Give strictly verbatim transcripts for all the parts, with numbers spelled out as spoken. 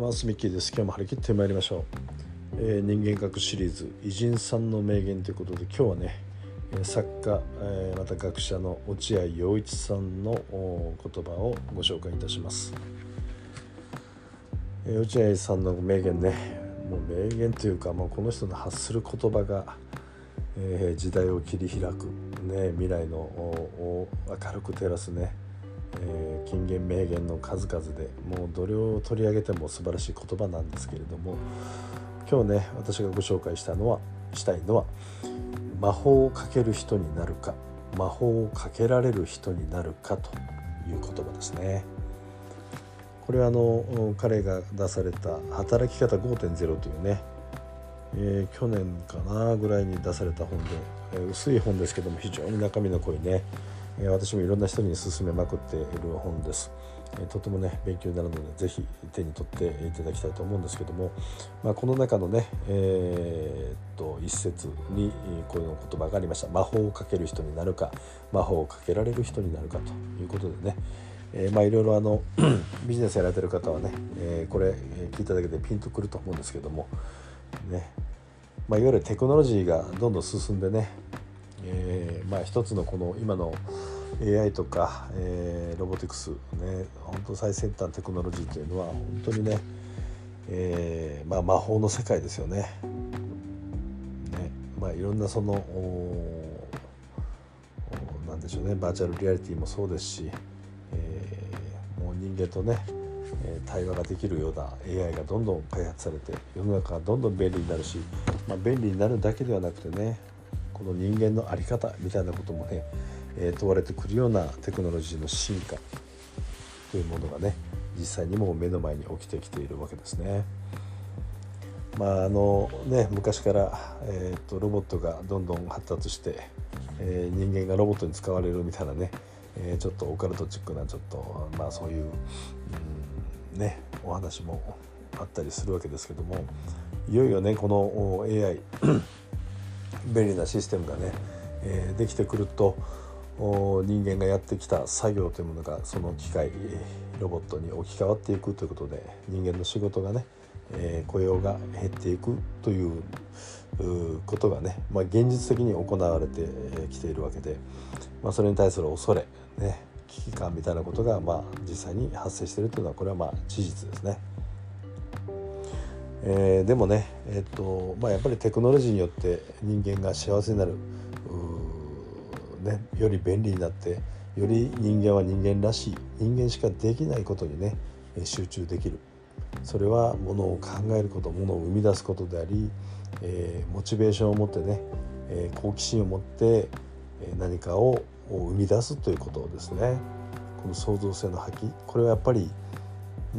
マスミッキーです。今日も張り切ってまいりましょう、えー、人間学シリーズ偉人さんの名言ということで、今日はね作家、えー、また学者の落合陽一さんの言葉をご紹介いたします。えー、落合さんの名言ね、もう名言というか、もうこの人の発する言葉が、えー、時代を切り開く、ね、未来のを明るく照らすね、えー、金言名言の数々で、もうどれを取り上げても素晴らしい言葉なんですけれども、今日ね私がご紹介したのはしたいのは魔法をかける人になるか、魔法をかけられる人になるかという言葉ですね。これはあの彼が出された働き方 ごてんゼロ というね、えー、去年かなぐらいに出された本で、えー、薄い本ですけども非常に中身の濃いね、えー、私もいろんな人に勧めまくっている本です。えー、とてもね勉強になるのでぜひ手に取っていただきたいと思うんですけども、まあ、この中のね、えー、っと一節にこういう言葉がありました。魔法をかける人になるか、魔法をかけられる人になるかということでね、えー、まあいろいろあのビジネスやられてる方はね、えー、これ聞いただけでピンとくると思うんですけどもね、まあ、いわゆるテクノロジーがどんどん進んでね、えー、まあ一つのこの今の エーアイ とか、えー、ロボティクスね、本当最先端テクノロジーというのは本当にね、えーまあ、魔法の世界ですよね。ね、まあ、いろんなそのなんでしょうね、バーチャルリアリティもそうですし、えー、もう人間とね対話ができるような エーアイ がどんどん開発されて、世の中がどんどん便利になるし、まあ、便利になるだけではなくてね、この人間の在り方みたいなこともね、えー、問われてくるようなテクノロジーの進化というものがね実際にも目の前に起きてきているわけですね。まああのね昔から、えー、とロボットがどんどん発達して、えー、人間がロボットに使われるみたいなね、えー、ちょっとオカルトチックなちょっとまあそういう、うん、ねお話もあったりするわけですけども、いよいよねこの エーアイ 便利なシステムがね、えー、できてくると、人間がやってきた作業というものがその機械ロボットに置き換わっていくということで、人間の仕事がね、えー、雇用が減っていくということがね、まあ、現実的に行われてきているわけで、まあ、それに対する恐れ、ね、危機感みたいなことがまあ実際に発生しているというのは、これはまあ事実ですね。えー、でもね、えーっとまあ、やっぱりテクノロジーによって人間が幸せになる、ね、より便利になって、より人間は人間らしい、人間しかできないことにね集中できる。それはものを考えること、ものを生み出すことであり、えー、モチベーションを持ってね、えー、好奇心を持って何かを生み出すということですね。この創造性の発揮、これはやっぱり、うん、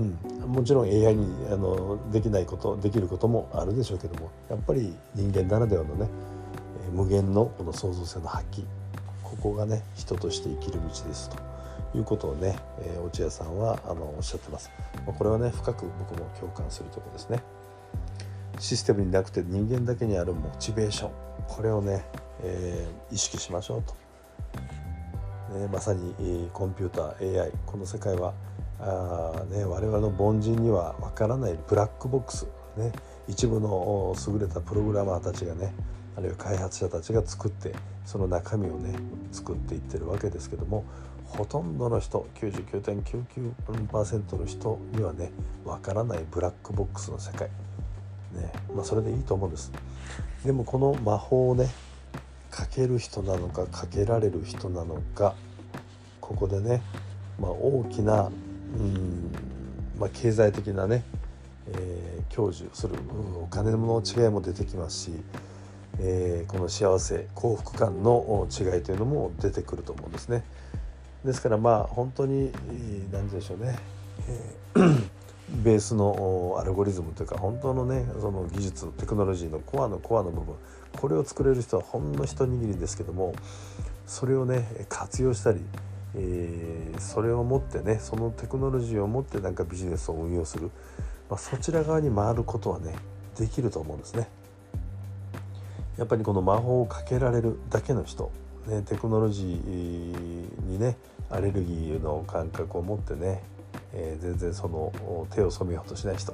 もちろん エーアイ にあのできないこと、できることもあるでしょうけども、やっぱり人間ならではのね、無限のこの創造性の発揮、ここがね人として生きる道ですということをね、えー、落合さんはあのおっしゃってます。これはね深く僕も共感するところですね。システムになくて人間だけにあるモチベーション、これをね、えー、意識しましょうと、ね、まさに、えー、コンピューター エーアイ、 この世界はあ、ね、我々の凡人にはわからないブラックボックス、ね、一部の優れたプログラマーたちがね、あるいは開発者たちが作って、その中身をね作っていってるわけですけども、ほとんどの人 きゅうじゅうきゅうてんきゅうきゅうパーセント の人にはねわからないブラックボックスの世界、ね、まあそれでいいと思うんです。でもこの魔法をねかける人なのかかけられる人なのか、ここでね、まあ、大きな、うんまあ、経済的なね、えー、享受するお金の違いも出てきますし、えー、この幸せ幸福感の違いというのも出てくると思うんですね。ですからまあ本当に何でしょうね、えー、ベースのアルゴリズムというか、本当のねその技術テクノロジーのコアのコアの部分、これを作れる人はほんの一握りですけども、それをね活用したり、えー、それを持ってね、そのテクノロジーを持ってなんかビジネスを運用する、まあ、そちら側に回ることはねできると思うんですね。やっぱりこの魔法をかけられるだけの人、ね、テクノロジーにねアレルギーの感覚を持ってね、えー、全然その手を染めようとしない人、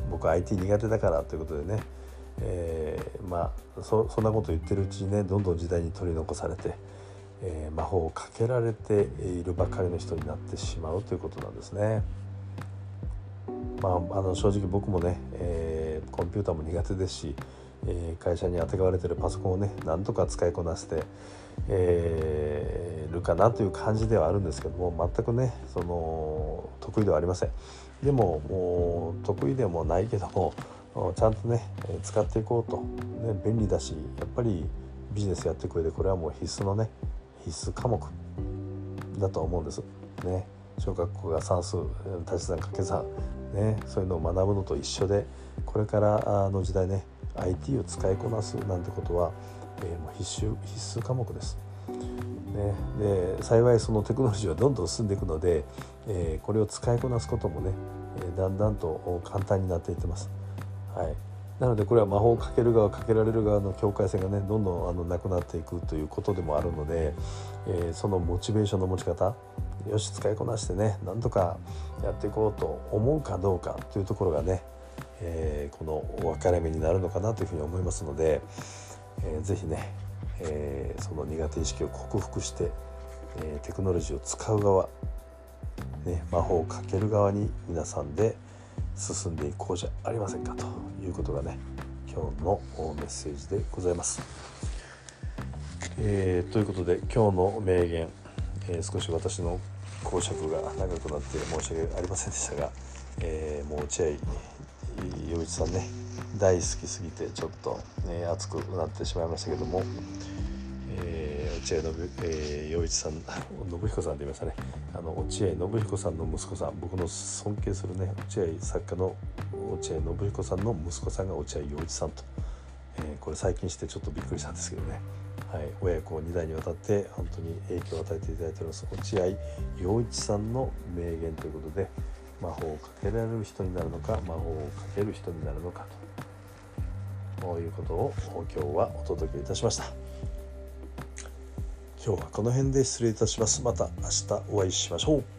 僕は アイティー 苦手だからということでね、えー、まあ そ, そんなこと言ってるうちにねどんどん時代に取り残されて、えー、魔法をかけられているばかりの人になってしまうということなんですね。まあ、あの正直僕もね、えー、コンピューターも苦手ですし、えー、会社にあてがわれてるパソコンをねなんとか使いこなして、えー、るかなという感じではあるんですけども、全くねその得意ではありません。でももう得意でもないけどもちゃんとね使っていこうと、ね、便利だしやっぱりビジネスやっていく上でこれはもう必須のね必須科目だと思うんですね。小学校が算数、足し算掛け算ね、そういうのを学ぶのと一緒で、これからの時代ね アイティー を使いこなすなんてことは、えー、もう必須必須科目です、ね、で幸いそのテクノロジーはどんどん進んでいくので、えー、これを使いこなすこともね、えー、だんだんと簡単になっていってます、はい、なのでこれは魔法をかける側かけられる側の境界線がねどんどんあのなくなっていくということでもあるので、えー、そのモチベーションの持ち方、よし使いこなしてねなんとかやっていこうと思うかどうかというところがね、えー、この分かれ目になるのかなというふうに思いますので、えー、ぜひね、えー、その苦手意識を克服して、えー、テクノロジーを使う側、ね、魔法をかける側に皆さんで進んでいこうじゃありませんかということがね今日のメッセージでございます、えー、ということで今日の名言、えー、少し私の講釈が長くなって申し訳ありませんでしたが、えー、もう落合陽一さんね大好きすぎてちょっと、ね、熱くなってしまいましたけども、えー、落合信、えー、陽一さん信彦さんと言いましたね。あの落合信彦さんの息子さん、僕の尊敬するね落合作家の落合信彦さんの息子さんが落合陽一さんと、えー、これ最近してちょっとびっくりしたんですけどね、はい、親子に代にわたって本当に影響を与えていただいております落合陽一さんの名言ということで、魔法をかけられる人になるのか魔法をかける人になるのかとこういうことを今日はお届けいたしました。今日はこの辺で失礼いたします。また明日お会いしましょう。